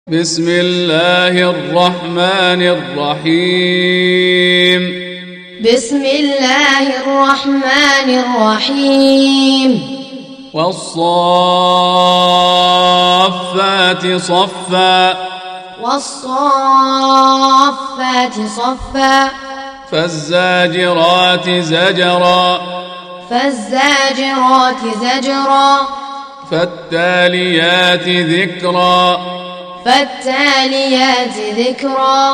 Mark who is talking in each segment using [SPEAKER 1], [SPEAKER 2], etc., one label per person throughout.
[SPEAKER 1] بسم الله الرحمن الرحيم
[SPEAKER 2] بسم الله الرحمن الرحيم
[SPEAKER 1] والصافات صفا
[SPEAKER 2] والصافات صفا
[SPEAKER 1] فالزاجرات زجرا
[SPEAKER 2] فالزاجرات زجرا
[SPEAKER 1] فالتاليات ذكرا
[SPEAKER 2] فالتاليات ذكرا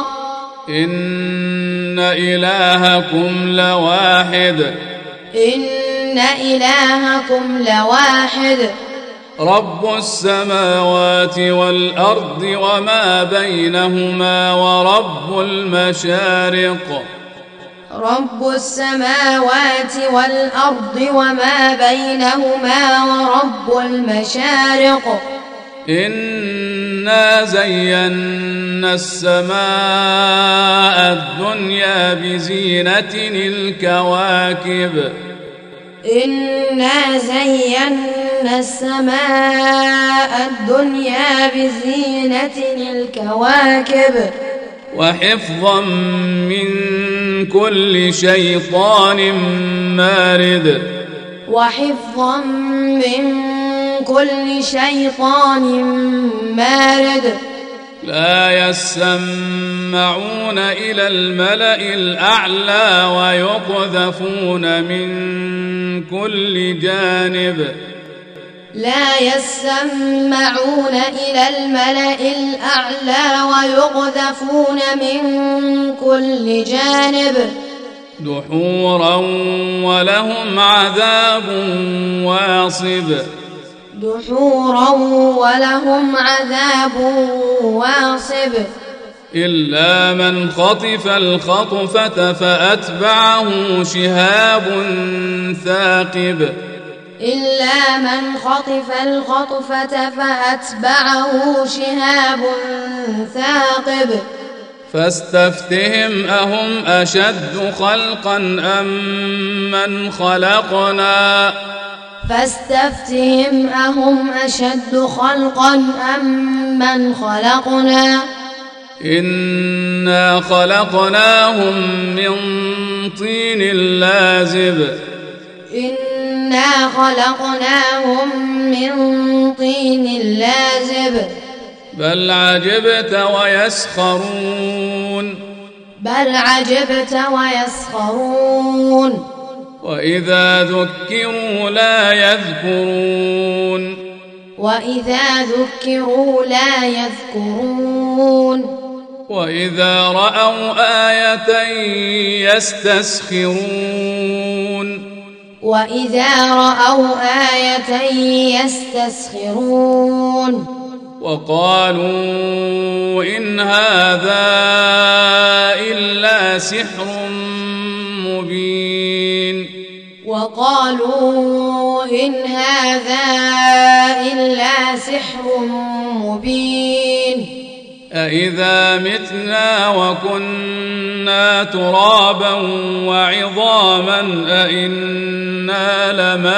[SPEAKER 1] إن إلهكم لواحد
[SPEAKER 2] إن إلهكم لواحد
[SPEAKER 1] رب السماوات والأرض وما بينهما ورب المشارق
[SPEAKER 2] رب السماوات والأرض وما بينهما ورب المشارق
[SPEAKER 1] إنا زينا السماء الدنيا بزينة الكواكب
[SPEAKER 2] إنا زينا السماء الدنيا بزينة الكواكب
[SPEAKER 1] وحفظا من كل شيطان مارد
[SPEAKER 2] وحفظا من كل شيطان مارد
[SPEAKER 1] لا يسمعون إلى الملأ الأعلى ويقذفون من كل جانب
[SPEAKER 2] لا يسمعون إلى الملأ الأعلى ويقذفون من كل جانب
[SPEAKER 1] دحورا ولهم عذاب واصب
[SPEAKER 2] دحورا ولهم عذاب واصب
[SPEAKER 1] إلا من خطف الخطفة فأتبعه شهاب ثاقب
[SPEAKER 2] إلا من خطف الخطفة فأتبعه شهاب ثاقب
[SPEAKER 1] فاستفتهم أهم أشد خلقا أم من خلقنا
[SPEAKER 2] فاستفتهم أهم أشد خلقا أم من خلقنا
[SPEAKER 1] إنا خلقناهم من طين لازب
[SPEAKER 2] إنا خلقناهم من طين لازب
[SPEAKER 1] بل عجبت ويسخرون
[SPEAKER 2] بل عجبت ويسخرون
[SPEAKER 1] وإذا ذكروا لا يذكرون
[SPEAKER 2] وإذا ذكروا لا يذكرون
[SPEAKER 1] وإذا رأوا آية يستسخرون
[SPEAKER 2] وإذا رأوا آية يستسخرون
[SPEAKER 1] وقالوا إن هذا إلا سحر مبين
[SPEAKER 2] وقالوا إن هذا إلا سحر مبين
[SPEAKER 1] أإذا متنا وكنا ترابا وعظاما أإنا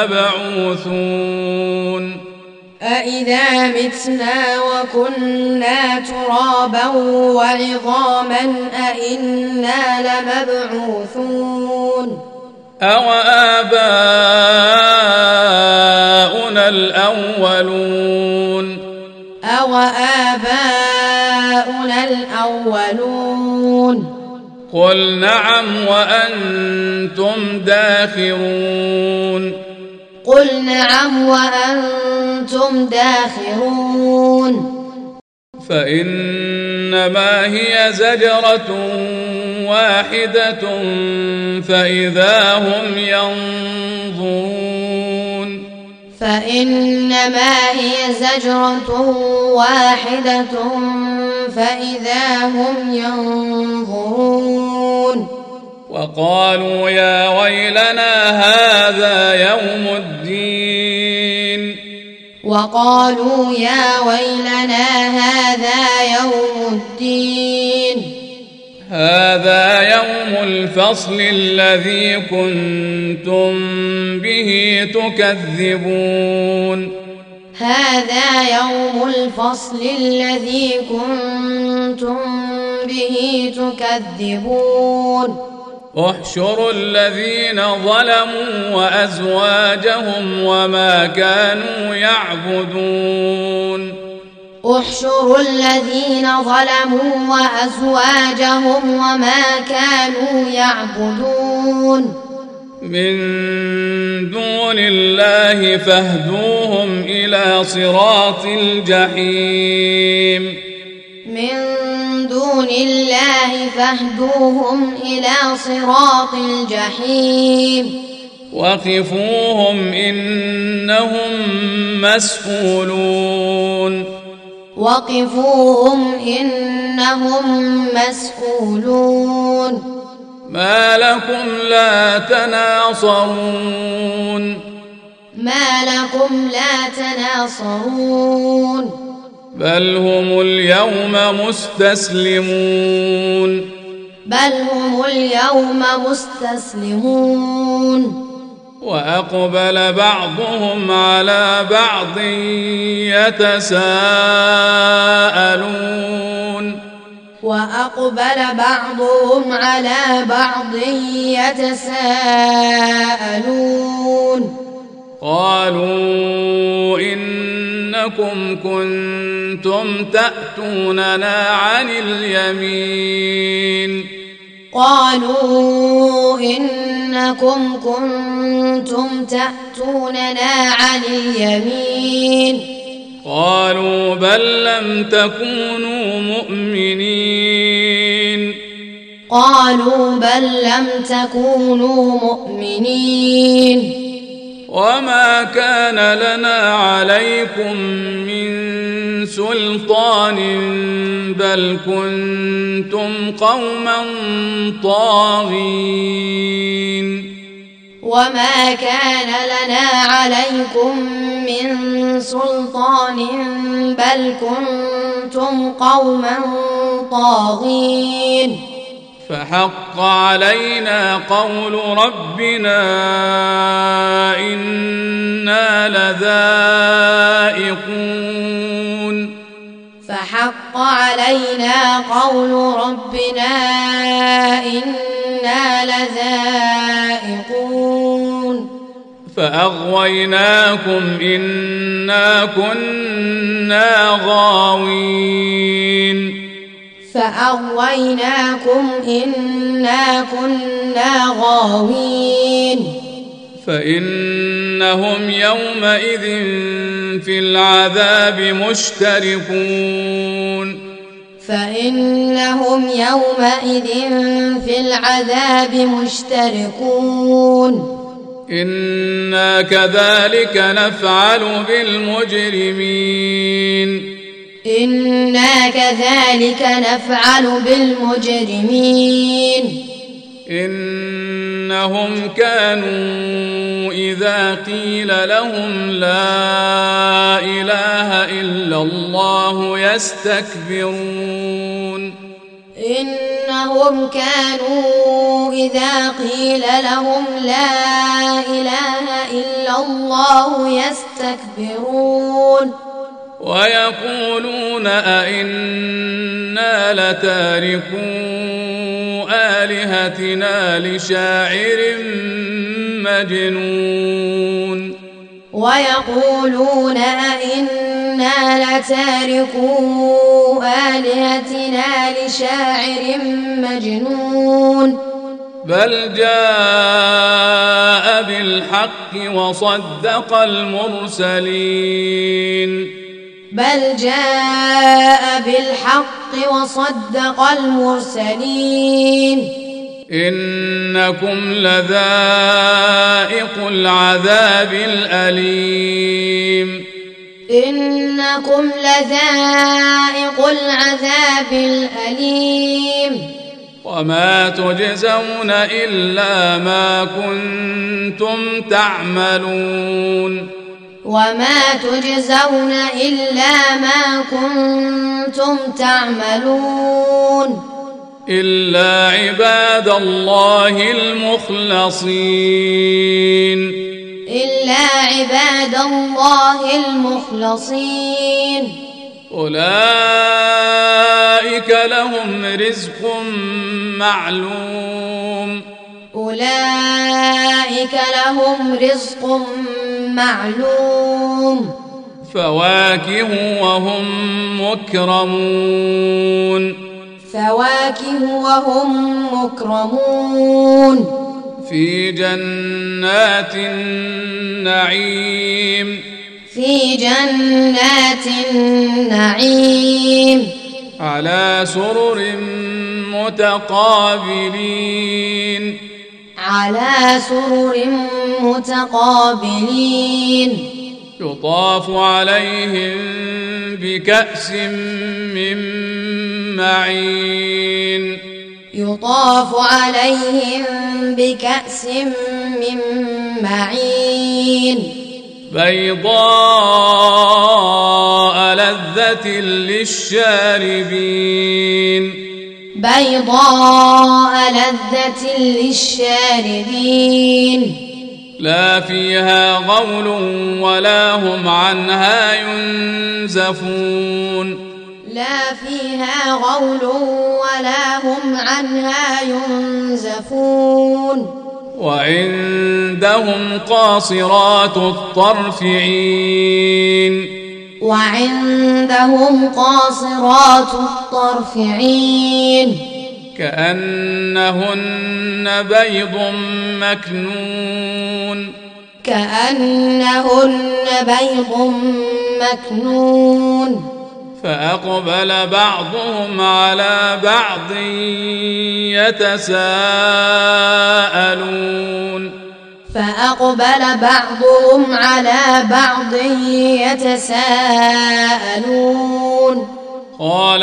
[SPEAKER 1] لمبعوثون
[SPEAKER 2] أإذا متنا وكنا ترابا وعظاما أإنا لمبعوثون
[SPEAKER 1] أو آباؤنا الأولون
[SPEAKER 2] أو آباؤنا الأولون
[SPEAKER 1] قل نعم وأنتم داخرون
[SPEAKER 2] قل نعم وأنتم داخرون
[SPEAKER 1] فإنما هي زجرة واحدة فإذا هم ينظرون
[SPEAKER 2] فإنما هي زجرة واحدة فإذا هم ينظرون
[SPEAKER 1] وقالوا يا ويلنا هذا يوم الدين
[SPEAKER 2] وقالوا يا ويلنا هذا يوم الدين
[SPEAKER 1] هذا يوم الفصل الذي كنتم به تكذبون
[SPEAKER 2] هذا يوم الفصل الذي كنتم به تكذبون
[SPEAKER 1] احشروا الذين ظلموا وأزواجهم وما كانوا يعبدون
[SPEAKER 2] احشروا الذين ظلموا وأزواجهم وما كانوا يعبدون
[SPEAKER 1] من دون الله فاهدوهم إلى صراط الجحيم
[SPEAKER 2] من دون الله فاهدوهم إلى صراط الجحيم
[SPEAKER 1] وقفوهم إنهم مسؤولون
[SPEAKER 2] وقفوهم إنهم مسؤولون
[SPEAKER 1] ما لكم لا تناصرون
[SPEAKER 2] ما لكم لا تناصرون
[SPEAKER 1] بل هم اليوم مستسلمون
[SPEAKER 2] بل هم اليوم مستسلمون
[SPEAKER 1] وأقبل بعضهم على بعض يتساءلون
[SPEAKER 2] وأقبل بعضهم على بعض يتساءلون
[SPEAKER 1] قالوا إنكم كنتم تأتوننا عن اليمين
[SPEAKER 2] قالوا إنكم كنتم تأتوننا عن اليمين
[SPEAKER 1] قالوا بل لم تكونوا مؤمنين
[SPEAKER 2] قالوا بل لم تكونوا مؤمنين
[SPEAKER 1] وما كان لنا عليكم من سلطان بل كنتم قوما طاغين
[SPEAKER 2] وما كان لنا عليكم من سلطان بل كنتم قوما طاغين
[SPEAKER 1] فحق علينا قول ربنا إنا لذائقون
[SPEAKER 2] فحق علينا قول ربنا إنا لذائقون
[SPEAKER 1] فأغويناكم إنا كنا غاوين
[SPEAKER 2] فأغويناكم إنا كنا غاوين
[SPEAKER 1] فإنهم يومئذ في العذاب مشتركون
[SPEAKER 2] فإنهم يومئذ في العذاب مشتركون
[SPEAKER 1] إنا كذلك نفعل بالمجرمين
[SPEAKER 2] إنا كذلك نفعل بالمجرمين
[SPEAKER 1] إنهم كانوا إذا قيل لهم لا إله إلا الله يستكبرون
[SPEAKER 2] إنهم كانوا إذا قيل لهم لا إله إلا الله يستكبرون
[SPEAKER 1] ويقولون أئنا لتاركو آلهتنا لشاعر مجنون
[SPEAKER 2] ويقولون أئنا لتاركو آلهتنا لشاعر مجنون
[SPEAKER 1] بل جاء بالحق وصدق المرسلين
[SPEAKER 2] بل جاء بالحق وصدق المرسلين
[SPEAKER 1] إنكم لذائق العذاب الأليم
[SPEAKER 2] إنكم لذائق العذاب الأليم
[SPEAKER 1] وما تجزون إلا ما كنتم تعملون
[SPEAKER 2] وما تجزون إلا ما كنتم تعملون
[SPEAKER 1] إلا عباد الله المخلصين
[SPEAKER 2] إلا عباد الله المخلصين
[SPEAKER 1] أولئك لهم رزق معلوم
[SPEAKER 2] أولئك لهم رزق معلوم
[SPEAKER 1] فواكه وهم مكرمون
[SPEAKER 2] فواكه وهم مكرمون
[SPEAKER 1] في جنات النعيم
[SPEAKER 2] في جنات النعيم
[SPEAKER 1] على سرر متقابلين
[SPEAKER 2] على سرر متقابلين
[SPEAKER 1] يطاف عليهم بكأس من معين
[SPEAKER 2] يطاف عليهم بكأس من معين
[SPEAKER 1] بيضاء لذة للشاربين
[SPEAKER 2] بيضاء لذة للشاربين
[SPEAKER 1] لا فيها غول ولا هم عنها ينزفون
[SPEAKER 2] لا فيها غول ولا هم عنها ينزفون
[SPEAKER 1] وعندهم قاصرات الطرف عين
[SPEAKER 2] وعندهم قاصرات الطرف عين
[SPEAKER 1] كأنهن بيض مكنون
[SPEAKER 2] كأنهن بيض مكنون
[SPEAKER 1] فأقبل بعضهم على بعض يتساءلون
[SPEAKER 2] فأقبل بعضهم على بعض يتساءلون
[SPEAKER 1] قال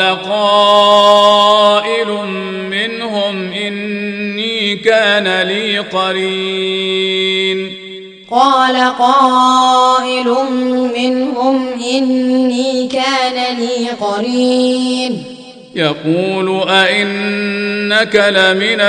[SPEAKER 1] قائل منهم إني كان لي قرين
[SPEAKER 2] قال قائل منهم إني كان لي قرين
[SPEAKER 1] يقول أئنك لمن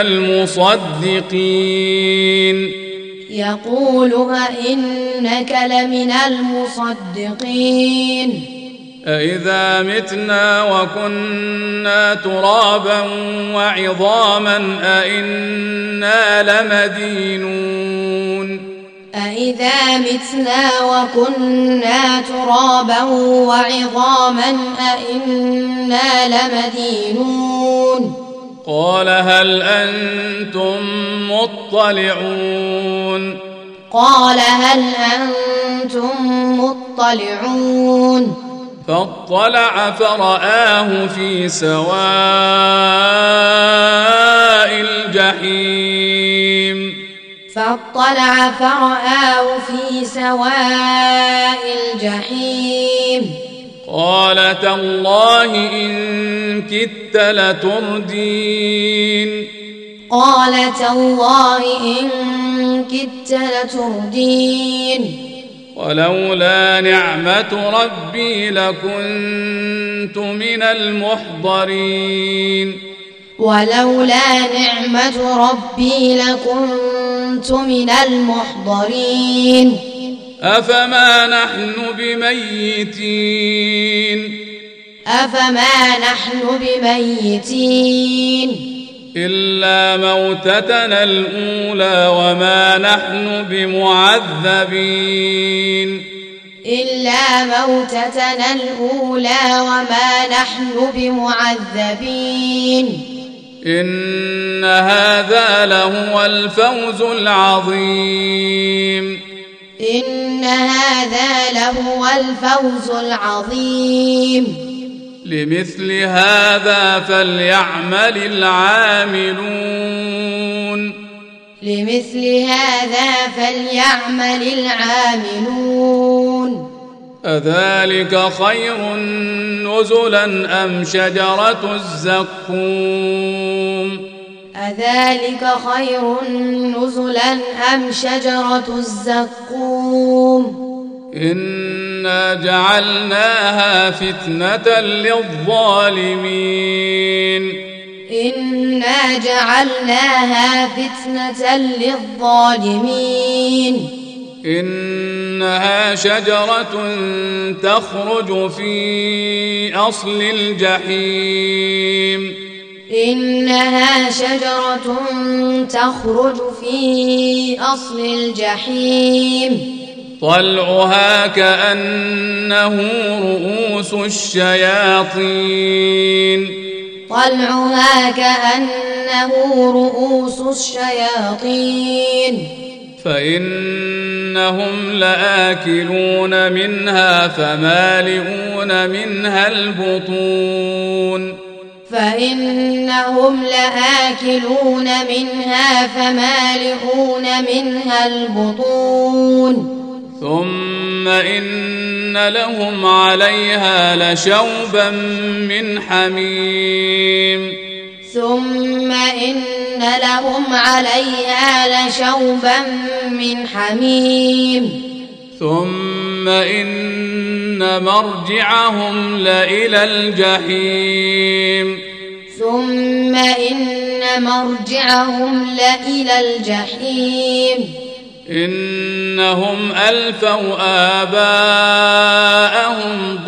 [SPEAKER 1] المصدقين
[SPEAKER 2] يقول أئنك لمن المصدقين
[SPEAKER 1] أإذا متنا وكنا ترابا وعظاما أئنا لمدينون
[SPEAKER 2] أإذا متنا وكنا ترابا وعظاما أئنا لمدينون
[SPEAKER 1] قال هل أنتم مطلعون
[SPEAKER 2] قال هل أنتم مطلعون
[SPEAKER 1] فاطلع فرآه في سواء الجحيم
[SPEAKER 2] فاطلع فرآه في سواء الجحيم
[SPEAKER 1] قال تالله إن كدت لتردين
[SPEAKER 2] قال تالله إن كدت لتردين
[SPEAKER 1] ولولا نعمة ربي لكنت من المحضرين
[SPEAKER 2] ولولا نعمة ربي لكنت من المحضرين
[SPEAKER 1] أفما نحن بميتين
[SPEAKER 2] أفما نحن بميتين
[SPEAKER 1] إلا موتتنا الأولى وما نحن بمعذبين
[SPEAKER 2] إلا موتتنا الأولى وما نحن بمعذبين
[SPEAKER 1] إن هذا لهو الفوز العظيم
[SPEAKER 2] إن هذا لهو الفوز العظيم
[SPEAKER 1] لمثل هذا فليعمل العاملون
[SPEAKER 2] لمثل هذا فليعمل العاملون
[SPEAKER 1] أذلك خير نزلا أم شجرة الزقوم
[SPEAKER 2] أذلك خير نزلا أم شجرة الزقوم
[SPEAKER 1] إنا جعلناها فتنة للظالمين
[SPEAKER 2] إنا جعلناها فتنة للظالمين
[SPEAKER 1] إنها شجرة تخرج في أصل الجحيم
[SPEAKER 2] إنها شجرة تخرج في أصل الجحيم
[SPEAKER 1] طلعها كأنه رؤوس الشياطين
[SPEAKER 2] طلعها كأنه رؤوس الشياطين
[SPEAKER 1] فإنهم لآكلون منها فمالئون منها البطون
[SPEAKER 2] فإنهم لآكلون منها فمالئون منها البطون
[SPEAKER 1] ثم إن لهم عليها لشوبا من حميم
[SPEAKER 2] ثم إن لهم عليها لشوبا من حميم
[SPEAKER 1] ثم إن مرجعهم لإلى الجحيم
[SPEAKER 2] ثم إن مرجعهم لإلى الجحيم
[SPEAKER 1] إنهم ألفوا آباءهم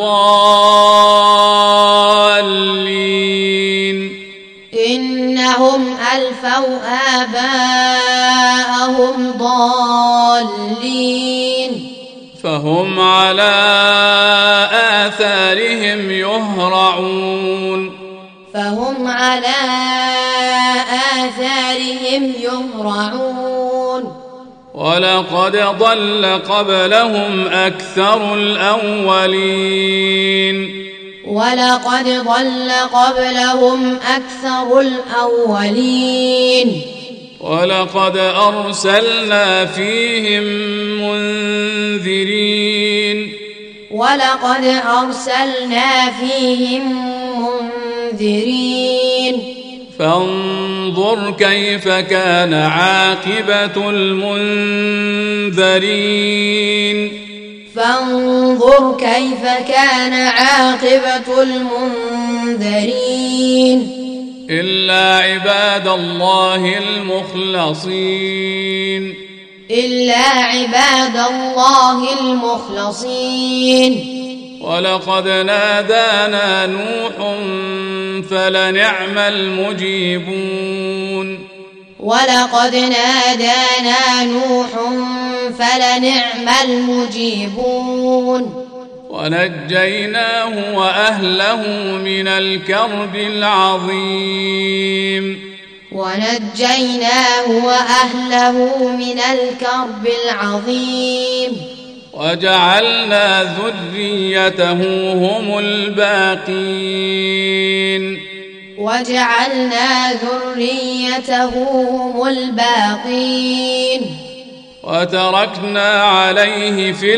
[SPEAKER 1] ضالين
[SPEAKER 2] إنهم ألفوا آباءهم ضالين
[SPEAKER 1] فهم على آثارهم يهرعون
[SPEAKER 2] فهم على آثارهم يهرعون
[SPEAKER 1] ولقد ضل قبلهم أكثر الأولين
[SPEAKER 2] ولقد ضل قبلهم أكثر الأولين
[SPEAKER 1] ولقد أرسلنا فيهم منذرين
[SPEAKER 2] ولقد أرسلنا فيهم منذرين
[SPEAKER 1] فانظر كيف كان عاقبة المنذرين
[SPEAKER 2] فانظر كيف كان عاقبة المنذرين
[SPEAKER 1] إلا عباد الله المخلصين
[SPEAKER 2] إلا عباد الله المخلصين
[SPEAKER 1] ولقد نادانا نوح فلنعم المجيبون
[SPEAKER 2] ولقد نادانا نوح فلنعم المجيبون
[SPEAKER 1] ونجيناه وأهله من الكرب العظيم
[SPEAKER 2] ونجيناه وأهله من الكرب العظيم
[SPEAKER 1] وجعلنا ذريته هم الباقين
[SPEAKER 2] وجعلنا ذريته هم الباقين
[SPEAKER 1] وتركنا عليه في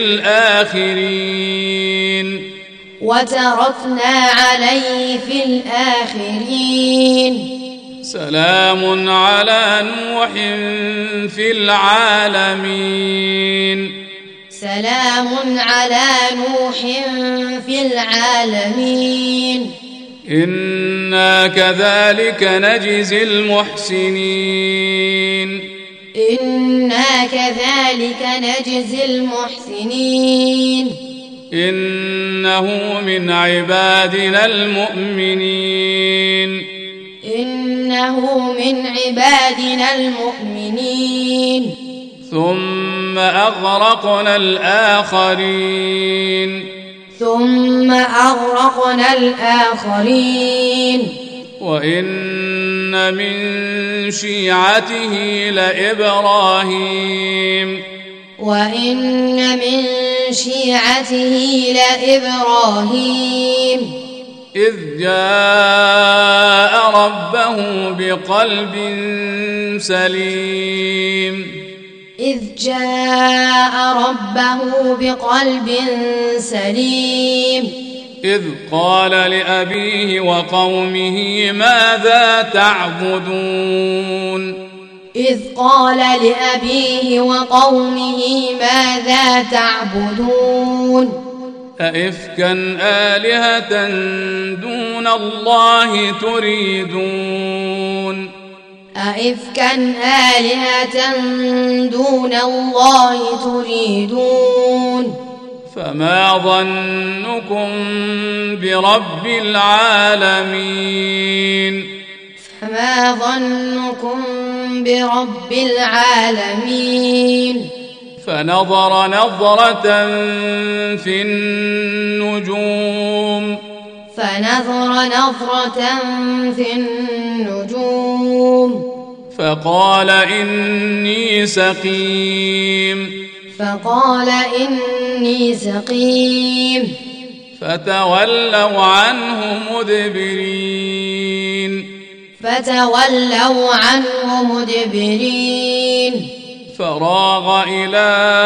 [SPEAKER 1] الآخرين
[SPEAKER 2] وتركنا عليه في الآخرين
[SPEAKER 1] سلام على نوح في العالمين
[SPEAKER 2] سلام على نوح في العالمين
[SPEAKER 1] إنا كذلك نجزي المحسنين
[SPEAKER 2] إنا كذلك نجزي المحسنين
[SPEAKER 1] إنه من عبادنا المؤمنين
[SPEAKER 2] إنه من عبادنا المؤمنين
[SPEAKER 1] ثم أغرقنا الآخرين
[SPEAKER 2] ثم أغرقنا الآخرين
[SPEAKER 1] وإن من شيعته لإبراهيم
[SPEAKER 2] وإن من شيعته لإبراهيم
[SPEAKER 1] إذ جاء ربه بقلب سليم
[SPEAKER 2] إذ جاء ربه بقلب سليم
[SPEAKER 1] إذ قال لأبيه وقومه ماذا تعبدون
[SPEAKER 2] إذ قال لأبيه وقومه ماذا تعبدون
[SPEAKER 1] أئفكا آلهة دون الله تريدون
[SPEAKER 2] أئفكا آلهة دون الله تريدون
[SPEAKER 1] فما ظنكم برب العالمين
[SPEAKER 2] فما ظنكم برب العالمين
[SPEAKER 1] فنظر نظرة في النجوم فقال إني سقيم فتولوا عنه مدبرين فراغ إلى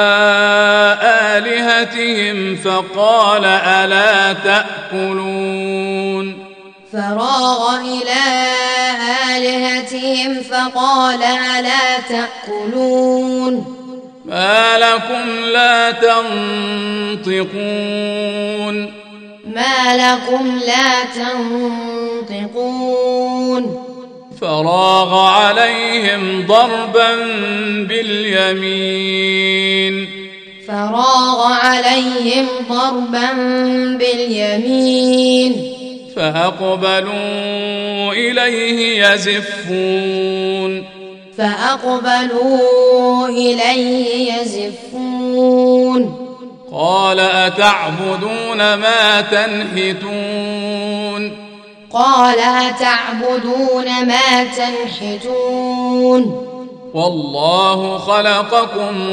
[SPEAKER 1] آلهتهم فقال ألا تأكلون ما لكم لا تنطقون فراغ عليهم ضربا باليمين فأقبلوا إليه يزفون قال أتعبدون ما تنحتون والله خلقكم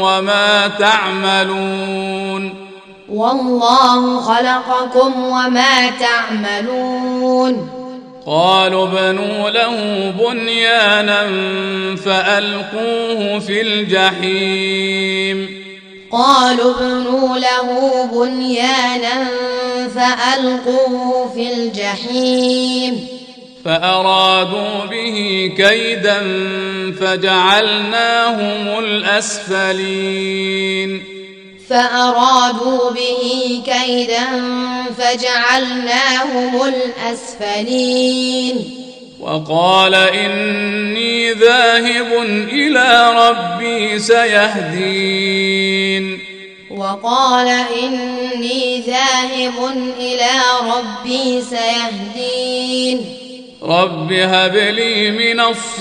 [SPEAKER 1] وما تعملون قالوا ابنوا له بنيانا فألقوه في الجحيم فأرادوا به كيدا فجعلناهم الأسفلين وقال إني ذاهب إلى ربي سيهدين رب هب لي من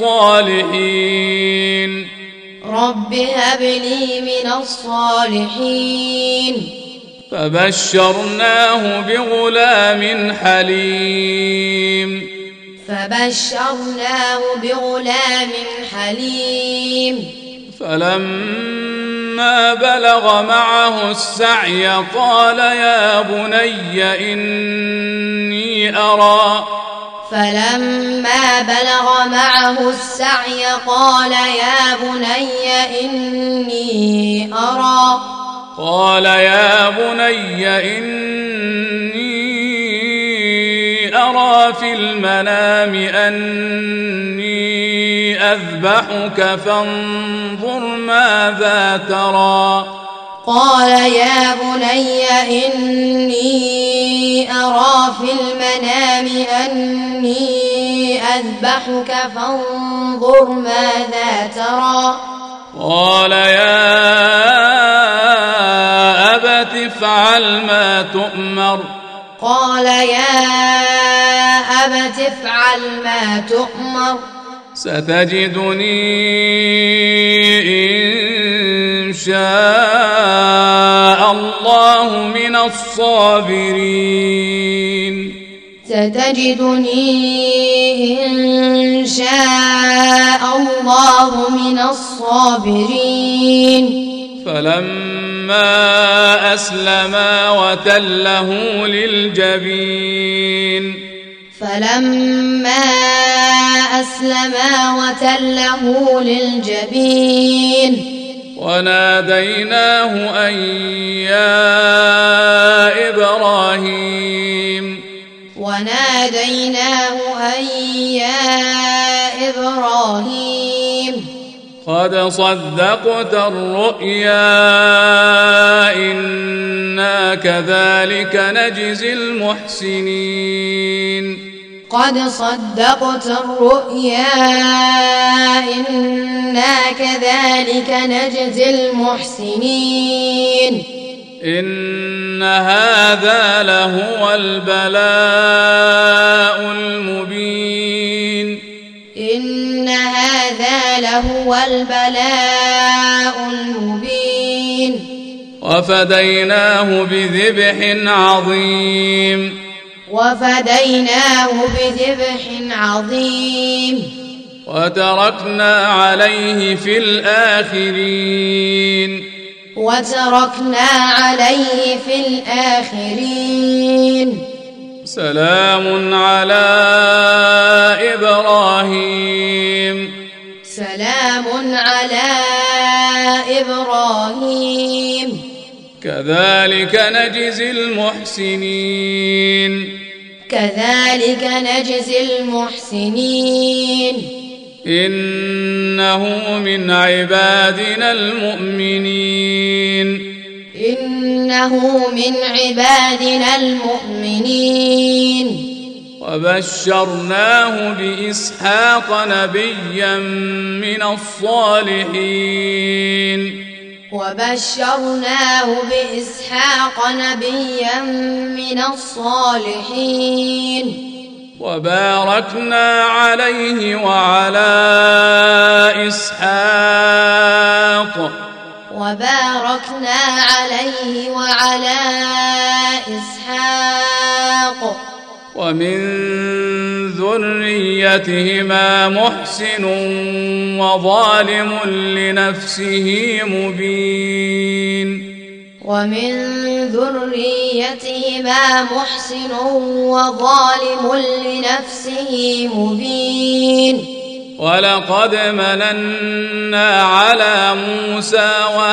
[SPEAKER 1] الصالحين فبشرناه بغلام حليم فلما بلغ معه السعي قال يا بني إني أرى في المنام أني أذبحك فانظر ماذا ترى قال يا بني إني أرى في المنام أني أذبحك فانظر ماذا ترى قال يا أبت افعل ما تؤمر ستجدني إن شاء الله من الصابرين فلما أسلما وتله للجبين وناديناه أن يا إبراهيم قد صدقت الرؤيا إنا كذلك نجزي المحسنين
[SPEAKER 2] قد صدقت الرؤيا إنا كذلك نجزي المحسنين
[SPEAKER 1] إن هذا لهو البلاء المبين
[SPEAKER 2] إن هذا لهو البلاء المبين
[SPEAKER 1] وفديناه بذبح عظيم
[SPEAKER 2] وفديناه بذبح عظيم
[SPEAKER 1] وتركنا عليه في الآخرين
[SPEAKER 2] وتركنا عليه في الآخرين
[SPEAKER 1] سلام على إبراهيم
[SPEAKER 2] سلام على إبراهيم
[SPEAKER 1] كذلك نجزي المحسنين
[SPEAKER 2] كذلك نجزي المحسنين
[SPEAKER 1] إنه من عبادنا المؤمنين
[SPEAKER 2] إنه من عبادنا المؤمنين
[SPEAKER 1] وبشرناه بإسحاق نبيا من الصالحين
[SPEAKER 2] وبشرناه بإسحاق نبيا من الصالحين
[SPEAKER 1] وباركنا عليه وعلى إسحاق
[SPEAKER 2] وباركنا عليه وعلى إسحاق
[SPEAKER 1] ومن ذريتهما محسن وظالم لنفسه مبين
[SPEAKER 2] ومن ذريتهما محسن وظالم لنفسه مبين
[SPEAKER 1] ولقد مننا على موسى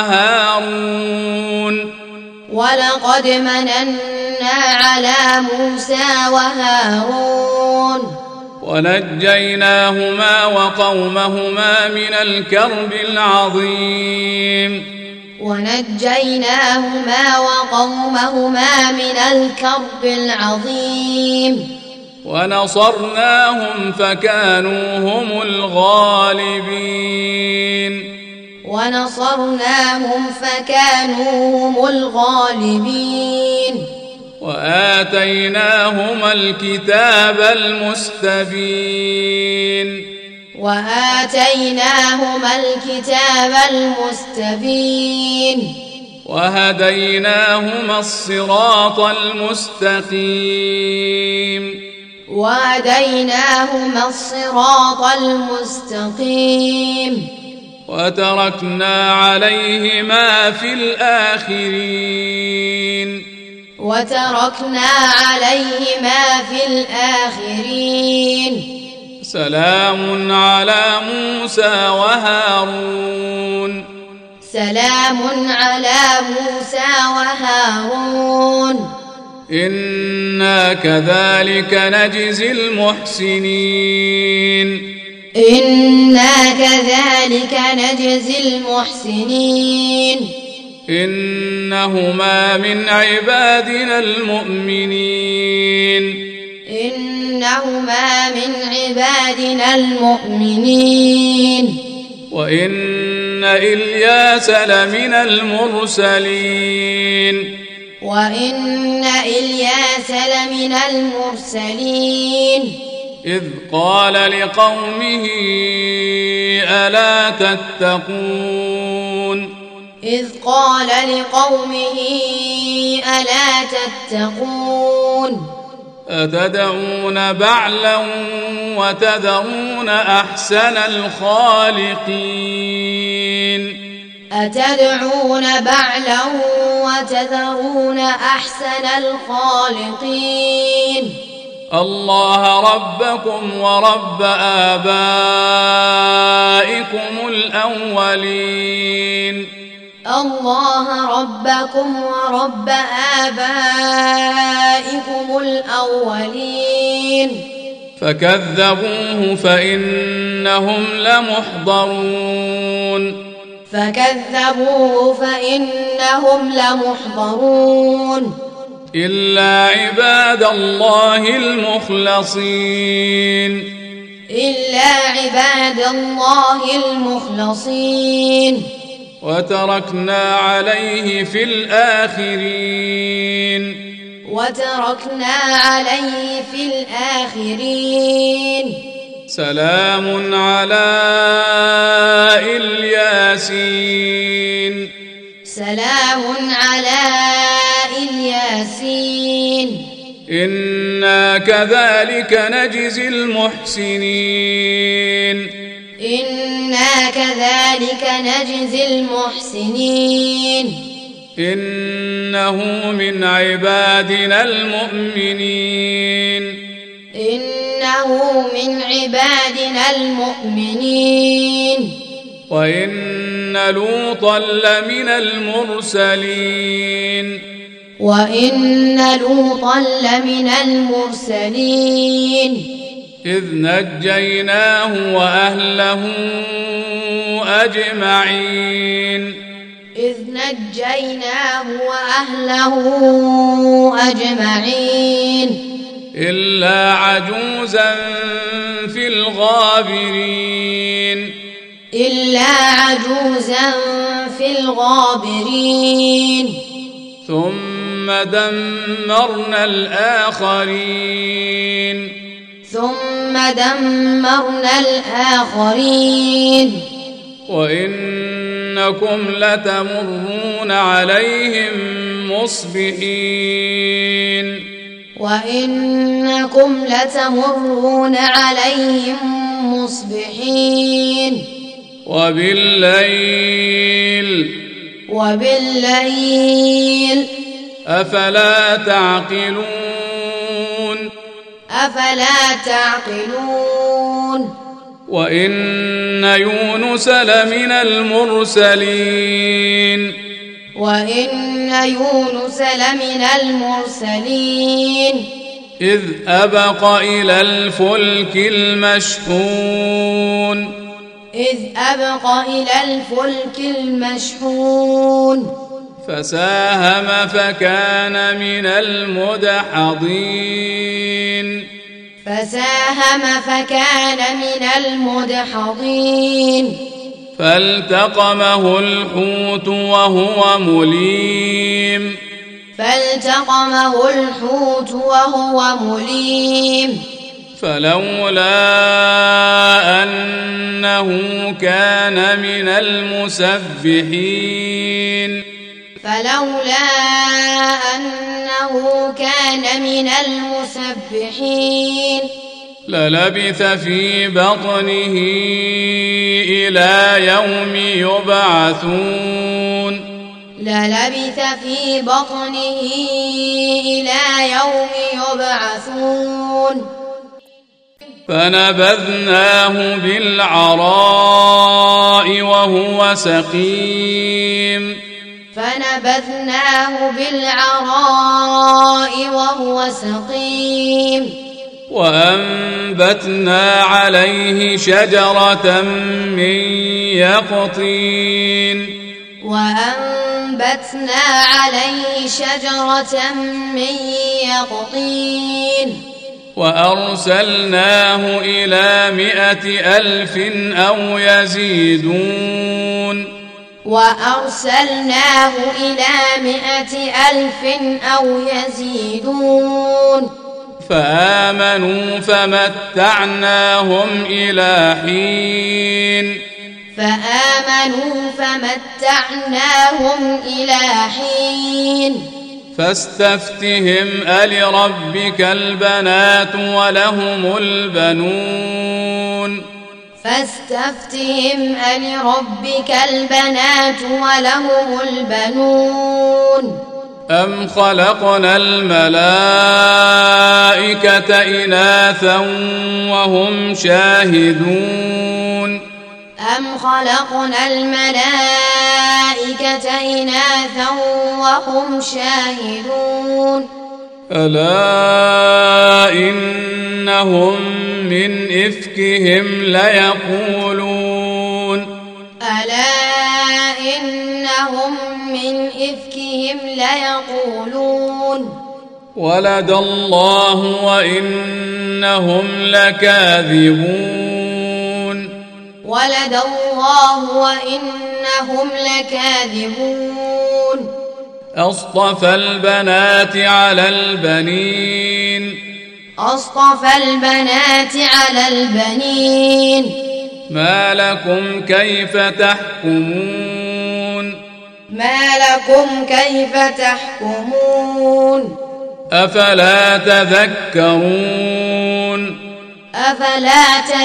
[SPEAKER 1] وهارون
[SPEAKER 2] ولقد مننا على موسى وهارون
[SPEAKER 1] ونجيناهما وقومهما من الكرب العظيم
[SPEAKER 2] ونجيناهما وقومهما من الكرب العظيم
[SPEAKER 1] ونصرناهم فكانوا هم الغالبين
[SPEAKER 2] ونصرناهم فكانوا هم الغالبين
[SPEAKER 1] وآتيناهما الكتاب المستبين
[SPEAKER 2] وآتيناهما الكتاب المستبين
[SPEAKER 1] وهديناهما الصراط المستقيم
[SPEAKER 2] وهديناهما الصراط المستقيم
[SPEAKER 1] وتركنا عليهما في الآخرين
[SPEAKER 2] وتركنا عليهما في الآخرين
[SPEAKER 1] سلام على موسى وهارون
[SPEAKER 2] سلام على موسى وهارون
[SPEAKER 1] إنا كذلك نجزي المحسنين
[SPEAKER 2] إنا كذلك نجزي المحسنين
[SPEAKER 1] إنهما من عبادنا المؤمنين
[SPEAKER 2] إنهما من عبادنا المؤمنين
[SPEAKER 1] وإن إلياس لمن المرسلين
[SPEAKER 2] وإن إلياس لمن المرسلين
[SPEAKER 1] إذ قال لقومه ألا تتقون
[SPEAKER 2] إذ قال لقومه ألا تتقون
[SPEAKER 1] أتدعون بعلا وتذرون أحسن الخالقين
[SPEAKER 2] أتدعون بعلا وتذرون أحسن الخالقين
[SPEAKER 1] الله ربكم ورب آبائكم الأولين
[SPEAKER 2] الله ربكم ورب آبائكم الأولين
[SPEAKER 1] فكذبوه فإنهم لمحضرون
[SPEAKER 2] فكذبوه فإنهم لمحضرون
[SPEAKER 1] إلا عباد الله المخلصين
[SPEAKER 2] إلا عباد الله المخلصين
[SPEAKER 1] وتركنا عليه في الآخرين
[SPEAKER 2] وتركنا عليه في الآخرين
[SPEAKER 1] سلام على الياسين
[SPEAKER 2] سلام على الياسين
[SPEAKER 1] إنا كذلك نجزي المحسنين
[SPEAKER 2] إنا كذلك نجزي المحسنين
[SPEAKER 1] إنه من عبادنا المؤمنين
[SPEAKER 2] إنه من عبادنا المؤمنين
[SPEAKER 1] وإن لوطا لمن المرسلين
[SPEAKER 2] وإن لوطا لمن المرسلين
[SPEAKER 1] إذ نجيناه وأهله أجمعين
[SPEAKER 2] إذ نجيناه وأهله أجمعين
[SPEAKER 1] إلا عجوزا في الغابرين
[SPEAKER 2] إلا عجوزا في الغابرين
[SPEAKER 1] ثم دمرنا الآخرين
[SPEAKER 2] ثم دمرنا الآخرين
[SPEAKER 1] وإنكم لتمرون عليهم مصبحين
[SPEAKER 2] وإنكم لتمرون عليهم مصبحين وبالليل
[SPEAKER 1] أفلا تعقلون وإن يونس لمن المرسلين إذ أبق إلى الفلك المشحون فساهم فكان من المدحضين فالتقمه الحوت وهو مليم فلولا أنه كان من المسبحين للبث في بطنه إلى يوم يبعثون فنبذناه بالعراء وهو سقيم وأنبتنا عليه شجرة من يقطين وأرسلناه إلى 100,000 أو يزيدون فآمنوا فمتعناهم إلى حين فاستفتهم ألربك البنات ولهم البنون أم خلقنا الملائكة إناثا وهم شاهدون ألا إنهم من إفكهم ليقولون ولد الله وإنهم لكاذبون
[SPEAKER 2] ولد الله وإنهم لكاذبون
[SPEAKER 1] أصطفى البنات على البنين
[SPEAKER 2] أصطفى البنات على البنين
[SPEAKER 1] ما لكم كيف تحكمون
[SPEAKER 2] ما لكم كيف تحكمون
[SPEAKER 1] أفلا تذكرون
[SPEAKER 2] أفلا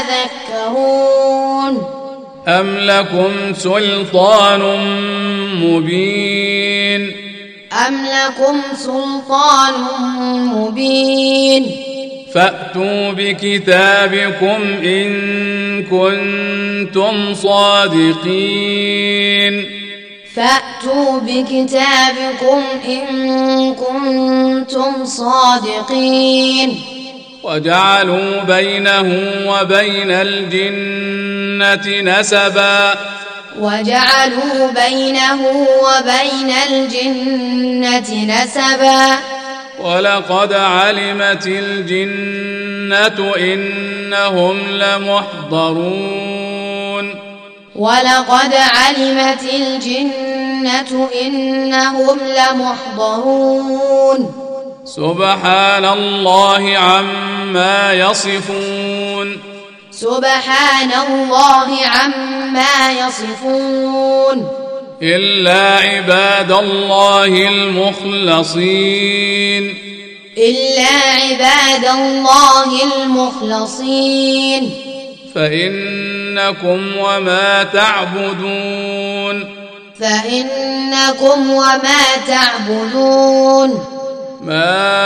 [SPEAKER 2] تذكرون
[SPEAKER 1] أم لكم سلطان مبين
[SPEAKER 2] أم لكم سلطان مبين
[SPEAKER 1] فأتوا بكتابكم إن كنتم صادقين
[SPEAKER 2] فأتوا بكتابكم إن كنتم صادقين
[SPEAKER 1] وجعلوا بينه وبين الجنة نسبا
[SPEAKER 2] وجعلوا بينه وبين الجنة نسبا
[SPEAKER 1] ولقد علمت الجنة إنهم لمحضرون
[SPEAKER 2] ولقد علمت الجنة إنهم لمحضرون
[SPEAKER 1] سبحان الله عما يصفون
[SPEAKER 2] سبحان الله عما يصفون
[SPEAKER 1] إلا عباد الله المخلصين
[SPEAKER 2] إلا عباد الله المخلصين
[SPEAKER 1] فإنكم وما تعبدون
[SPEAKER 2] فإنكم وما تعبدون
[SPEAKER 1] ما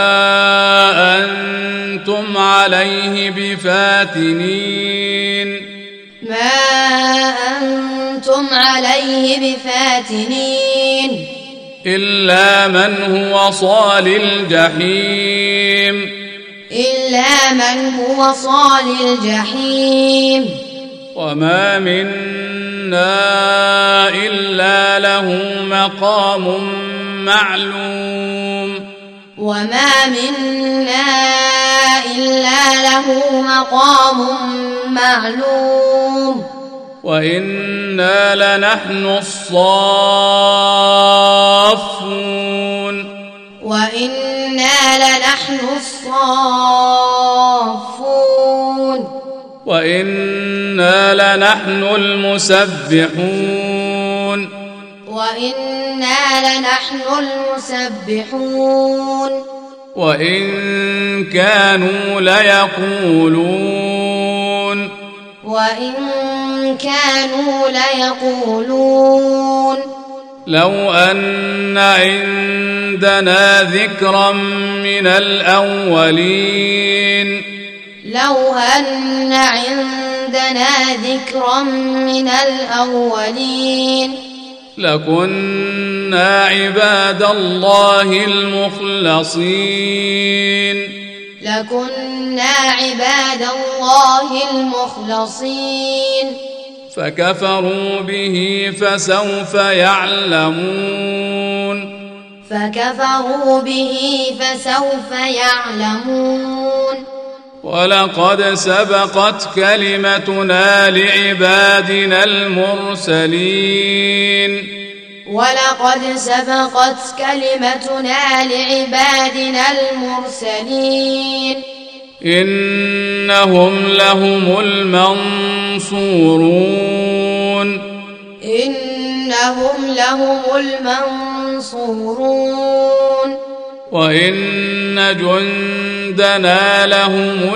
[SPEAKER 1] أنتم عليه بفاتنين
[SPEAKER 2] ما أنتم عليه بفاتنين
[SPEAKER 1] إلا من هو صال الجحيم
[SPEAKER 2] إلا من هو صال الجحيم
[SPEAKER 1] وما منا إلا له مقام معلوم
[SPEAKER 2] وما منا إلا له مقام معلوم
[SPEAKER 1] وإنا لنحن الصافون
[SPEAKER 2] وإنا لنحن الصافون
[SPEAKER 1] وإنا لنحن المسبحون
[SPEAKER 2] وإنا لنحن المسبحون
[SPEAKER 1] وإن كانوا ليقولون
[SPEAKER 2] وإن كانوا ليقولون
[SPEAKER 1] لو أن عندنا ذكرا من الأولين
[SPEAKER 2] لو أن عندنا ذكرا من الأولين
[SPEAKER 1] لكنا عباد الله المخلصين
[SPEAKER 2] لكنا عباد الله المخلصين
[SPEAKER 1] فكفروا به فسوف يعلمون
[SPEAKER 2] فكفروا به فسوف يعلمون
[SPEAKER 1] ولقد سبقت كلمتنا لعبادنا المرسلين
[SPEAKER 2] ولقد سبقت كلمتنا لعبادنا المرسلين
[SPEAKER 1] إنهم لهم المنصورون
[SPEAKER 2] إنهم لهم المنصورون
[SPEAKER 1] وإن جندنا لهم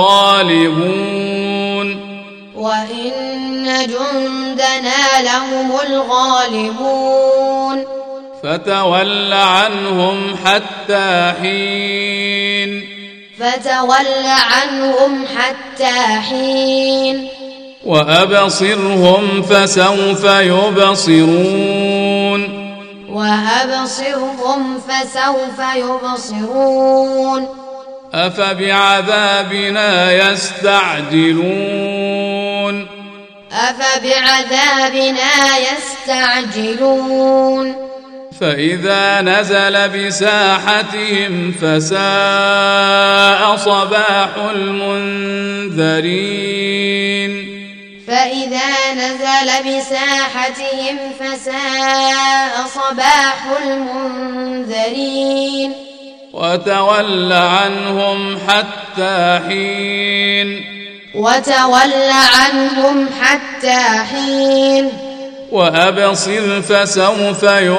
[SPEAKER 1] الغالبون
[SPEAKER 2] وإن جندنا لهم الغالبون
[SPEAKER 1] فتول عنهم حتى حين
[SPEAKER 2] فتول عنهم حتى حين
[SPEAKER 1] وأبصرهم فسوف يبصرون
[SPEAKER 2] وأبصرهم فسوف يبصرون
[SPEAKER 1] أفبعذابنا يستعجلون
[SPEAKER 2] أفبعذابنا يستعجلون
[SPEAKER 1] فإذا نزل بساحتهم فساء صباح المنذرين
[SPEAKER 2] فإذا نزل بساحتهم فساء صباح المنذرين
[SPEAKER 1] وتول عنهم حتى حين
[SPEAKER 2] وتول عنهم حتى حين
[SPEAKER 1] وأبصر فسوف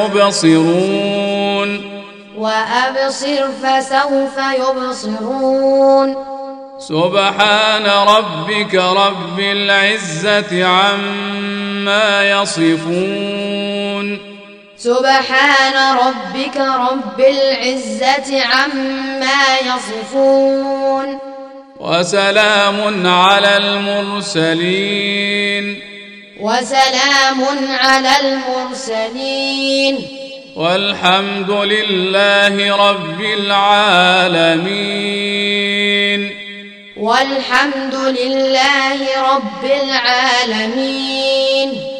[SPEAKER 1] يبصرون
[SPEAKER 2] وأبصر فسوف يبصرون
[SPEAKER 1] سبحان ربك رب العزة عما يصفون
[SPEAKER 2] سبحان ربك رب العزة عما يصفون
[SPEAKER 1] وسلام على المرسلين
[SPEAKER 2] وسلام على المرسلين
[SPEAKER 1] والحمد لله رب العالمين
[SPEAKER 2] والحمد لله رب العالمين.